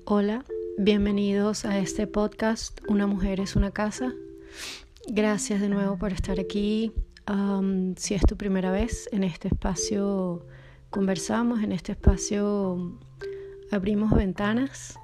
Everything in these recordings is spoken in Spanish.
Hola, bienvenidos a este podcast Una mujer es una casa. Gracias de nuevo por estar aquí. Si es tu primera vez, en este espacio conversamos, en este espacio abrimos ventanas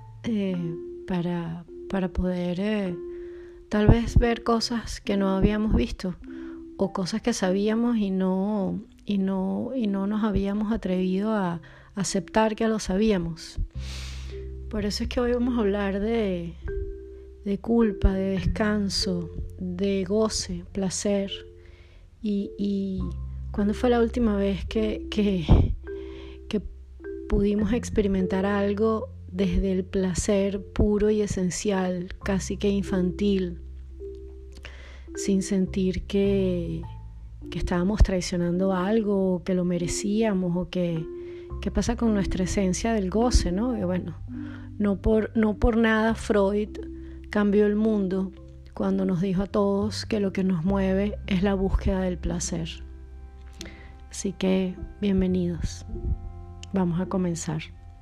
para poder tal vez ver cosas que no habíamos visto o cosas que sabíamos y no nos habíamos atrevido a aceptar que lo sabíamos. Por eso es que hoy vamos a hablar de culpa, de descanso, de goce, placer. Y ¿cuándo fue la última vez que pudimos experimentar algo desde el placer puro y esencial, casi que infantil, sin sentir que estábamos traicionando algo, o que lo merecíamos, o qué pasa con nuestra esencia del goce, ¿no? Y bueno, no por nada Freud cambió el mundo cuando nos dijo a todos que lo que nos mueve es la búsqueda del placer. Así que bienvenidos. Vamos a comenzar.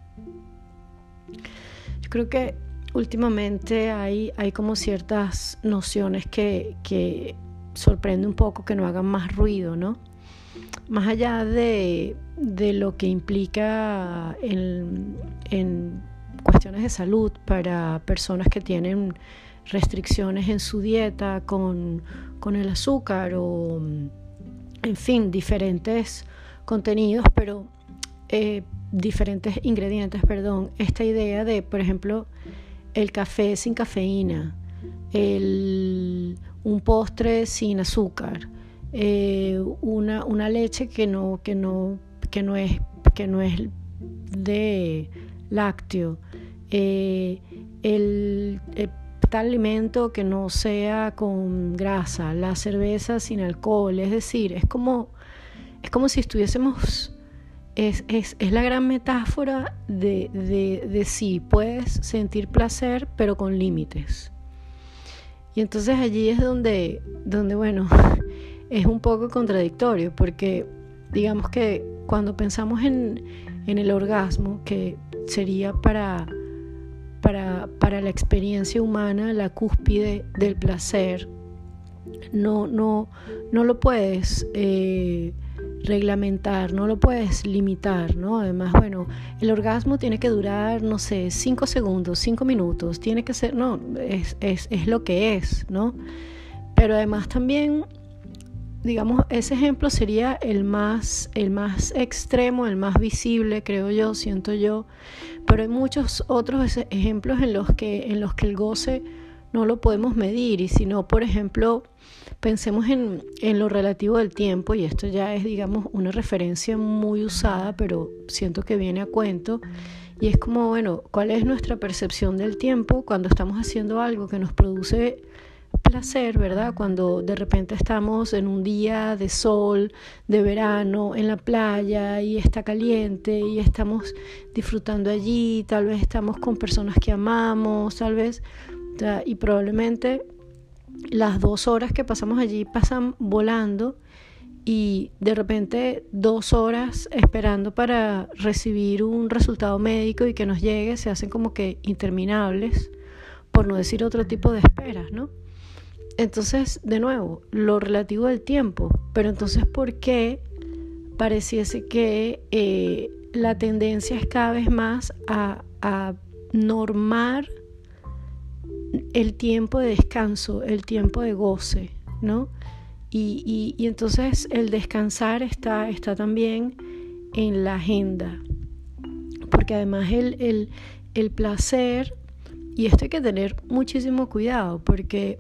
Yo creo que últimamente hay como ciertas nociones que sorprende un poco que no hagan más ruido, ¿no? Más allá de lo que implica en cuestiones de salud para personas que tienen restricciones en su dieta con el azúcar o, en fin, diferentes contenidos, pero diferentes ingredientes, esta idea de, por ejemplo, el café sin cafeína, un postre sin azúcar, una leche que no es de lácteo, tal alimento que no sea con grasa, la cerveza sin alcohol. Es decir, es como si estuviésemos, es la gran metáfora de sí, puedes sentir placer pero con límites. Y entonces allí es donde bueno, es un poco contradictorio, porque digamos que cuando pensamos en el orgasmo, que sería para la experiencia humana la cúspide del placer, no lo puedes reglamentar, no lo puedes limitar, ¿no? Además, bueno, el orgasmo tiene que durar, 5 segundos, 5 minutos, tiene que ser, es lo que es, ¿no? Pero además también, digamos, ese ejemplo sería el más extremo, el más visible, creo yo, siento yo, pero hay muchos otros ejemplos en los que el goce no lo podemos medir, y si no, por ejemplo, pensemos en lo relativo del tiempo, y esto ya es, digamos, una referencia muy usada, pero siento que viene a cuento, y es como, bueno, ¿cuál es nuestra percepción del tiempo cuando estamos haciendo algo que nos produce placer, ¿verdad? Cuando de repente estamos en un día de sol, de verano, en la playa y está caliente y estamos disfrutando allí, tal vez estamos con personas que amamos, tal vez, y probablemente las 2 horas que pasamos allí pasan volando, y de repente 2 horas esperando para recibir un resultado médico y que nos llegue se hacen como que interminables, por no decir otro tipo de esperas, ¿no? Entonces, de nuevo, lo relativo del tiempo. Pero entonces, ¿por qué pareciese que la tendencia es cada vez más a normar el tiempo de descanso, el tiempo de goce, ¿no? Y entonces el descansar está también en la agenda. Porque además el placer, y esto hay que tener muchísimo cuidado, porque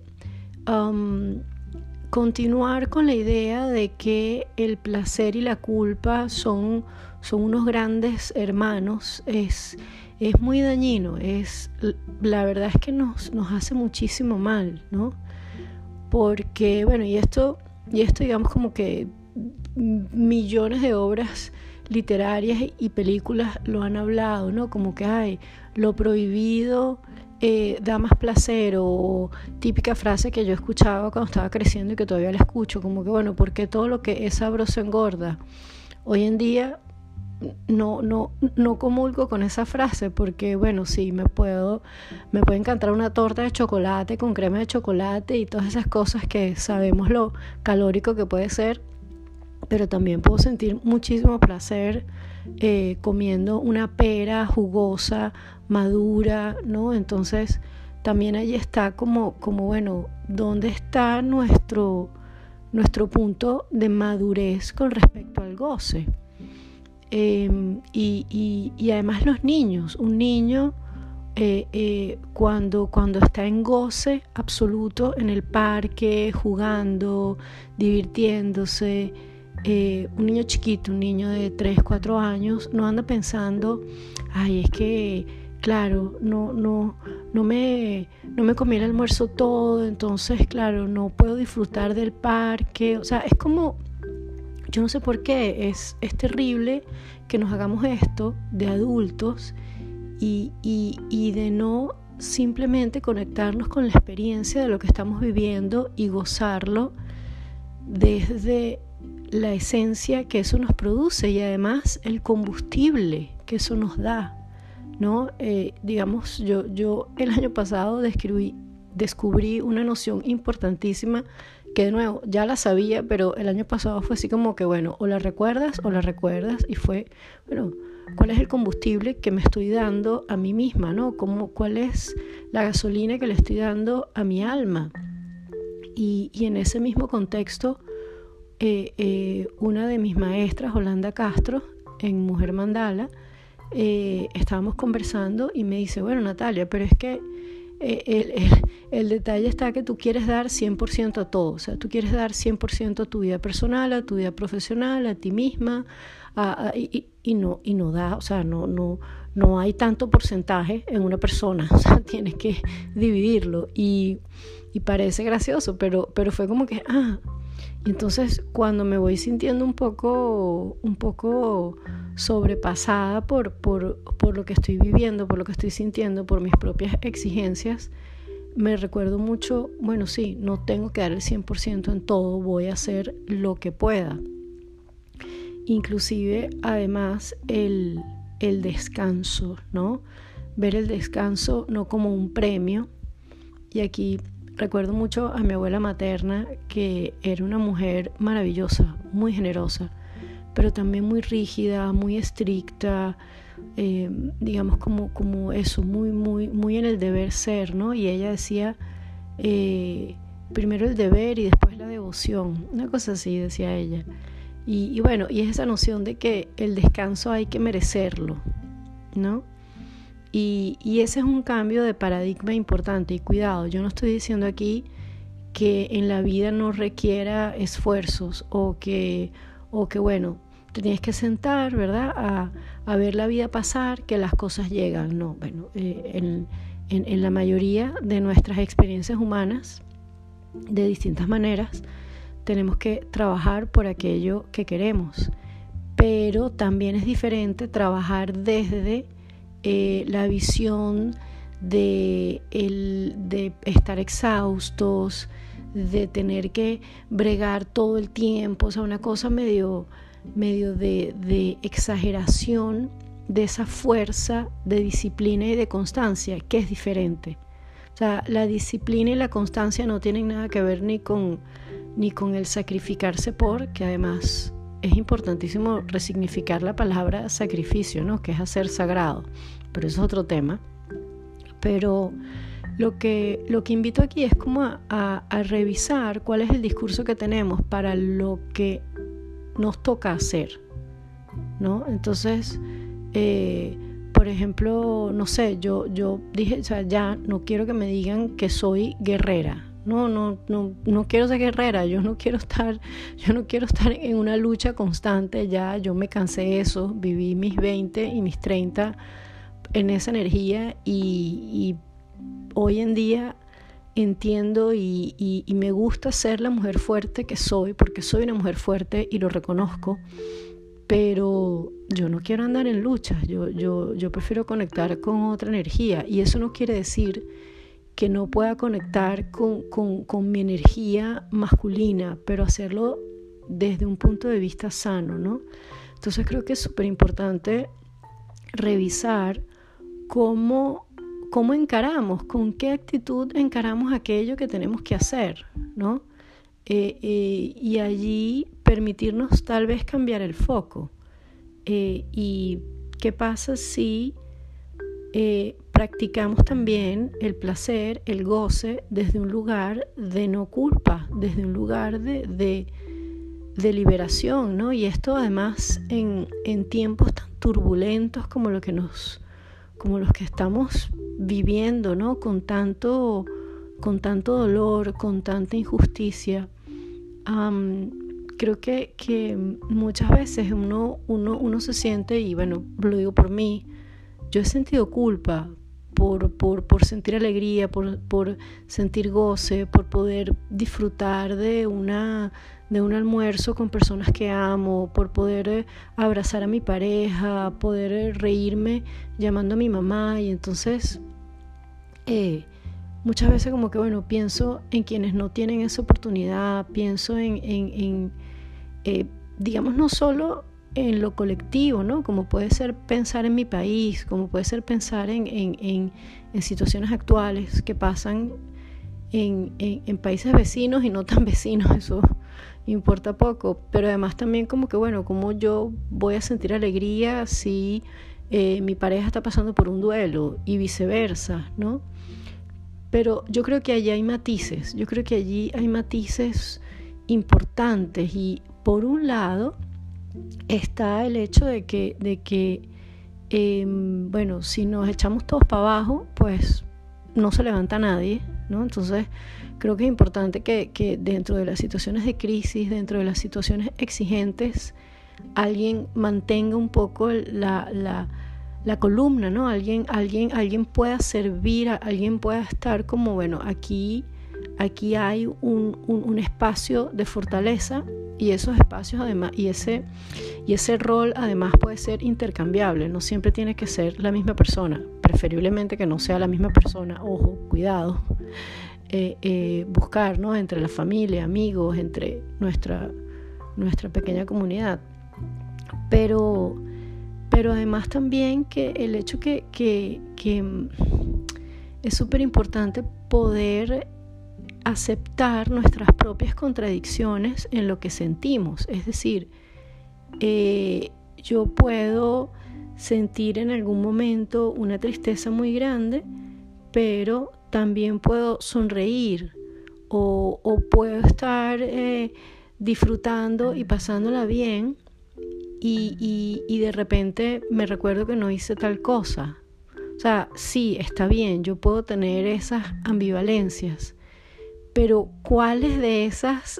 continuar con la idea de que el placer y la culpa son unos grandes hermanos es muy dañino. La verdad es que nos hace muchísimo mal, ¿no? Porque, bueno, y esto digamos como que millones de obras literarias y películas lo han hablado, ¿no? Como que lo prohibido da más placer, o típica frase que yo escuchaba cuando estaba creciendo y que todavía la escucho, como que, bueno, ¿por qué todo lo que es sabroso engorda? Hoy en día no comulgo con esa frase, porque bueno, sí, me puede encantar una torta de chocolate con crema de chocolate y todas esas cosas que sabemos lo calórico que puede ser, pero también puedo sentir muchísimo placer comiendo una pera jugosa, madura, ¿no? Entonces también allí está como bueno, ¿dónde está nuestro punto de madurez con respecto al goce? Y además los niños, un niño cuando está en goce absoluto en el parque, jugando, divirtiéndose, un niño chiquito, un niño de 3, 4 años, no anda pensando, ay, es que, claro, no me comí el almuerzo todo, entonces, claro, no puedo disfrutar del parque. O sea, es como, yo no sé por qué, es terrible que nos hagamos esto de adultos y de no simplemente conectarnos con la experiencia de lo que estamos viviendo y gozarlo desde la esencia que eso nos produce y además el combustible que eso nos da, ¿no? Digamos, yo el año pasado descubrí una noción importantísima que de nuevo ya la sabía, pero el año pasado fue así como que bueno, o la recuerdas y fue, bueno, ¿cuál es el combustible que me estoy dando a mí misma, ¿no? ¿Cuál es la gasolina que le estoy dando a mi alma? Y en ese mismo contexto, una de mis maestras, Holanda Castro, en Mujer Mandala, estábamos conversando y me dice, bueno, Natalia, pero es que el detalle está que tú quieres dar 100% a todo, o sea, tú quieres dar 100% a tu vida personal, a tu vida profesional, a ti misma, y no da, o sea, no hay tanto porcentaje en una persona, o sea, tienes que dividirlo y parece gracioso, pero fue como que, y entonces cuando me voy sintiendo un poco sobrepasada por lo que estoy viviendo, por lo que estoy sintiendo, por mis propias exigencias, me recuerdo mucho, bueno, sí, no tengo que dar el 100% en todo, voy a hacer lo que pueda. Inclusive, además, el descanso, ¿no? Ver el descanso no como un premio. Y aquí recuerdo mucho a mi abuela materna, que era una mujer maravillosa, muy generosa, pero también muy rígida, muy estricta, digamos como eso, muy en el deber ser, ¿no? Y ella decía, primero el deber y después la devoción, una cosa así decía ella. Y bueno, y es esa noción de que el descanso hay que merecerlo, ¿no? Y ese es un cambio de paradigma importante. Y cuidado, yo no estoy diciendo aquí que en la vida no requiera esfuerzos o que bueno, te tienes que sentar, ¿verdad? A ver la vida pasar, que las cosas llegan. No, bueno, en la mayoría de nuestras experiencias humanas, de distintas maneras, tenemos que trabajar por aquello que queremos. Pero también es diferente trabajar desde la visión de estar exhaustos, de tener que bregar todo el tiempo, o sea, una cosa medio de exageración de esa fuerza de disciplina y de constancia, que es diferente. O sea, la disciplina y la constancia no tienen nada que ver ni con el sacrificarse que además es importantísimo resignificar la palabra sacrificio, ¿no? Que es hacer sagrado, pero eso es otro tema. Pero lo que invito aquí es como a revisar cuál es el discurso que tenemos para lo que nos toca hacer, ¿no? Entonces, por ejemplo, no sé, yo dije, o sea, ya no quiero que me digan que soy guerrera. No quiero ser guerrera, yo no quiero estar en una lucha constante. Ya yo me cansé de eso, viví mis 20 y mis 30 en esa energía y hoy en día entiendo y me gusta ser la mujer fuerte que soy, porque soy una mujer fuerte y lo reconozco, pero yo no quiero andar en luchas, yo prefiero conectar con otra energía, y eso no quiere decir que no pueda conectar con mi energía masculina, pero hacerlo desde un punto de vista sano, ¿no? Entonces creo que es súper importante revisar cómo encaramos, con qué actitud encaramos aquello que tenemos que hacer, ¿no? Y allí permitirnos tal vez cambiar el foco. Y qué pasa si practicamos también el placer, el goce, desde un lugar de no culpa, desde un lugar de liberación, ¿no? Y esto además en tiempos tan turbulentos como los que estamos viviendo, ¿no? Con tanto dolor, con tanta injusticia. Creo que muchas veces uno se siente, y bueno, lo digo por mí, yo he sentido culpa por sentir alegría, por sentir goce, por poder disfrutar de un almuerzo con personas que amo, por poder abrazar a mi pareja, poder reírme llamando a mi mamá. Y entonces muchas veces como que bueno, pienso en quienes no tienen esa oportunidad, pienso en digamos, no solo en lo colectivo, ¿no? Como puede ser pensar en mi país, como puede ser pensar en situaciones actuales que pasan en países vecinos y no tan vecinos, eso importa poco, pero además también como que bueno, como yo voy a sentir alegría si mi pareja está pasando por un duelo y viceversa, ¿no? Pero yo creo que allí hay matices, importantes, y por un lado está el hecho de que bueno, si nos echamos todos para abajo, pues no se levanta nadie, ¿no? Entonces creo que es importante que dentro de las situaciones de crisis, dentro de las situaciones exigentes, alguien mantenga un poco la columna, ¿no? Alguien pueda servir, alguien pueda estar como, bueno, aquí hay un espacio de fortaleza, y esos espacios además, y ese rol además puede ser intercambiable, no siempre tiene que ser la misma persona, preferiblemente que no sea la misma persona, ojo, cuidado, buscar, ¿no? Entre la familia, amigos, entre nuestra pequeña comunidad, pero además también que el hecho que es súper importante poder aceptar nuestras propias contradicciones en lo que sentimos. Es decir, yo puedo sentir en algún momento una tristeza muy grande, pero también puedo sonreír o puedo estar disfrutando y pasándola bien, y de repente me recuerdo que no hice tal cosa. O sea, sí, está bien, yo puedo tener esas ambivalencias, pero ¿cuáles de esas?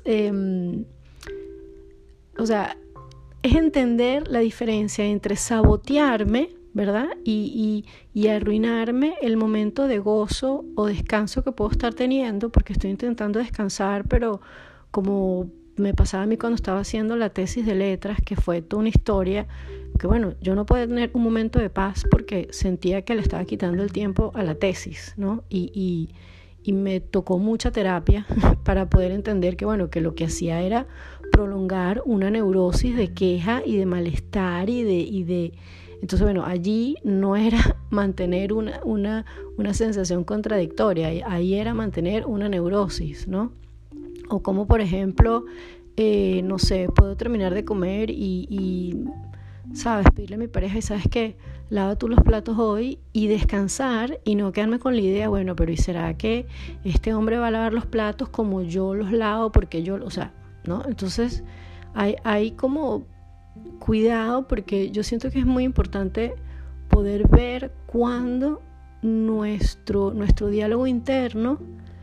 O sea, es entender la diferencia entre sabotearme, ¿verdad? Y arruinarme el momento de gozo o descanso que puedo estar teniendo, porque estoy intentando descansar, pero como me pasaba a mí cuando estaba haciendo la tesis de letras, que fue toda una historia, que bueno, yo no podía tener un momento de paz porque sentía que le estaba quitando el tiempo a la tesis, ¿no? Y me tocó mucha terapia para poder entender que bueno, que lo que hacía era prolongar una neurosis de queja y de malestar y de entonces bueno, allí no era mantener una sensación contradictoria, ahí era mantener una neurosis, ¿no? O como por ejemplo, no sé, puedo terminar de comer y ¿sabes? Pedirle a mi pareja, y ¿sabes qué? Lava tú los platos hoy, y descansar y no quedarme con la idea, bueno, pero ¿y será que este hombre va a lavar los platos como yo los lavo? Porque yo, o sea, ¿no? Entonces hay como cuidado, porque yo siento que es muy importante poder ver cuando nuestro diálogo interno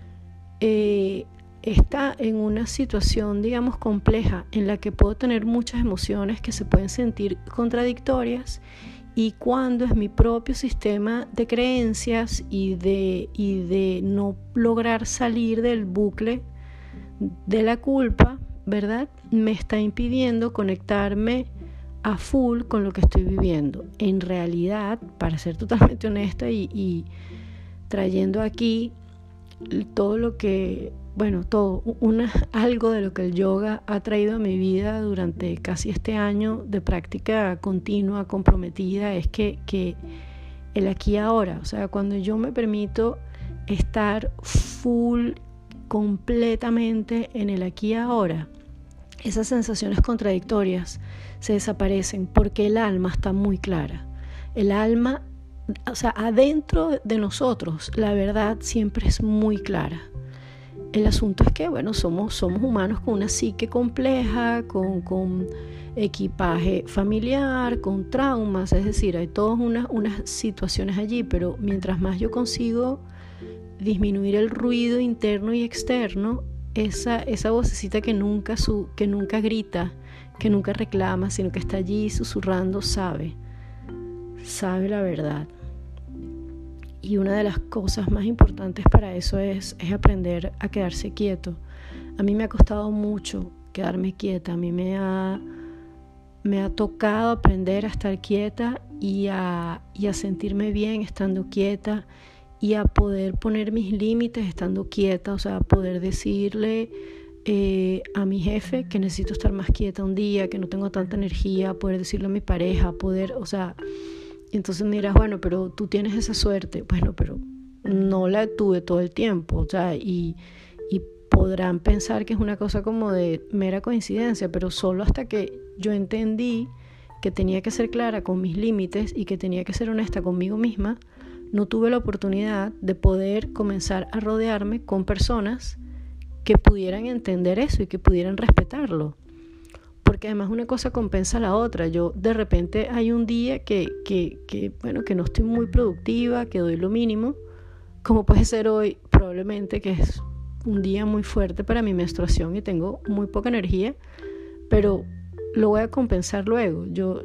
está en una situación, digamos, compleja, en la que puedo tener muchas emociones que se pueden sentir contradictorias, y cuando es mi propio sistema de creencias y de no lograr salir del bucle de la culpa, ¿verdad? Me está impidiendo conectarme a full con lo que estoy viviendo. En realidad, para ser totalmente honesta y trayendo aquí todo lo que bueno, todo, algo de lo que el yoga ha traído a mi vida durante casi este año de práctica continua, comprometida, es que el aquí y ahora, o sea, cuando yo me permito estar full, completamente en el aquí y ahora, esas sensaciones contradictorias se desaparecen porque el alma está muy clara. El alma, o sea, adentro de nosotros, la verdad siempre es muy clara. El asunto es que, bueno, somos humanos con una psique compleja, con equipaje familiar, con traumas, es decir, hay todas unas situaciones allí, pero mientras más yo consigo disminuir el ruido interno y externo, esa vocecita que nunca grita, que nunca reclama, sino que está allí susurrando, sabe la verdad. Y una de las cosas más importantes para eso es aprender a quedarse quieto. A mí me ha costado mucho quedarme quieta. A mí me ha tocado aprender a estar quieta y a sentirme bien estando quieta y a poder poner mis límites estando quieta. O sea, poder decirle a mi jefe que necesito estar más quieta un día, que no tengo tanta energía, poder decirle a mi pareja, entonces me dirás, bueno, pero tú tienes esa suerte. Bueno, pero no la tuve todo el tiempo, o sea, y podrán pensar que es una cosa como de mera coincidencia, pero solo hasta que yo entendí que tenía que ser clara con mis límites y que tenía que ser honesta conmigo misma, no tuve la oportunidad de poder comenzar a rodearme con personas que pudieran entender eso y que pudieran respetarlo. Porque además una cosa compensa a la otra. Yo de repente hay un día que no estoy muy productiva, que doy lo mínimo, como puede ser hoy probablemente, que es un día muy fuerte para mi menstruación y tengo muy poca energía, pero lo voy a compensar luego. Yo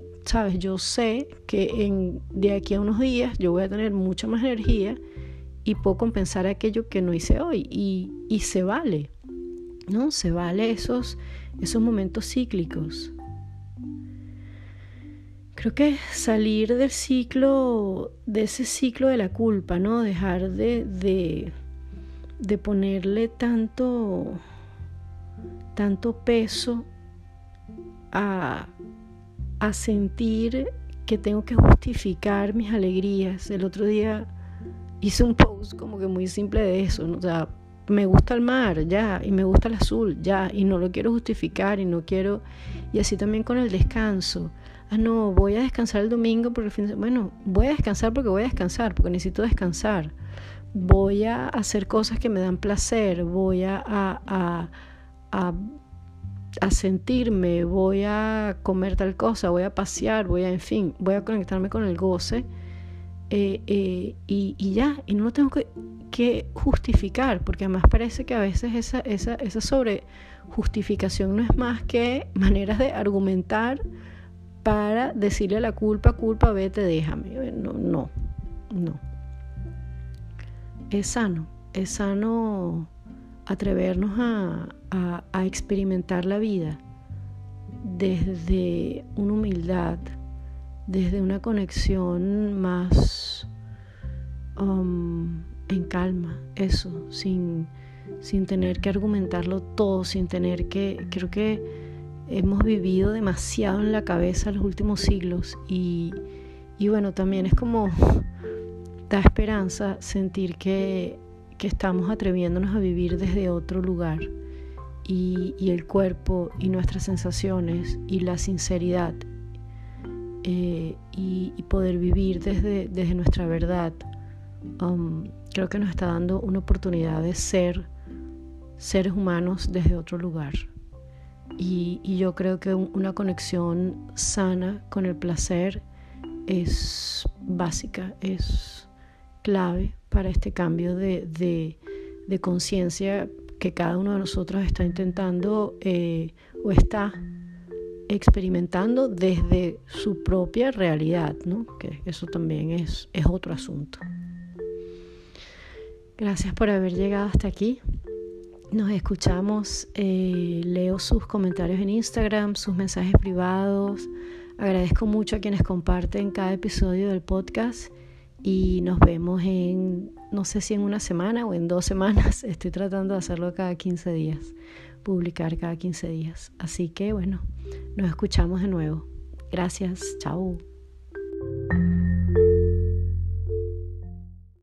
sé que de aquí a unos días yo voy a tener mucha más energía y puedo compensar aquello que no hice hoy y se vale, ¿no? Se vale esos momentos cíclicos. Creo que salir de ese ciclo de la culpa, ¿no? Dejar de ponerle tanto peso a sentir que tengo que justificar mis alegrías. El otro día hice un post como que muy simple de eso, ¿no? O sea, me gusta el mar, ya, y me gusta el azul, ya, y no lo quiero justificar, y así también con el descanso. No, voy a descansar el domingo porque voy a descansar porque necesito descansar. Voy a hacer cosas que me dan placer, voy a sentirme, voy a comer tal cosa, voy a pasear, voy a conectarme con el goce. Y ya, y no lo tengo que justificar, porque además parece que a veces esa sobrejustificación no es más que maneras de argumentar para decirle a la culpa, vete, déjame. No. Es sano atrevernos a experimentar la vida desde una humildad, desde una conexión más en calma, eso, sin tener que argumentarlo todo, creo que hemos vivido demasiado en la cabeza los últimos siglos y bueno, también es como da esperanza sentir que estamos atreviéndonos a vivir desde otro lugar y el cuerpo y nuestras sensaciones y la sinceridad y poder vivir desde nuestra verdad. Creo que nos está dando una oportunidad de ser seres humanos desde otro lugar y yo creo que una conexión sana con el placer es básica, es clave para este cambio de conciencia que cada uno de nosotros está intentando o está experimentando desde su propia realidad, ¿no? Que eso también es otro asunto. Gracias por haber llegado hasta aquí. Nos escuchamos, leo sus comentarios en Instagram, sus mensajes privados. Agradezco mucho a quienes comparten cada episodio del podcast y nos vemos no sé si en una semana o en 2 semanas. Estoy tratando de hacerlo cada 15 días, publicar cada 15 días. Así que bueno, nos escuchamos de nuevo. Gracias, chao.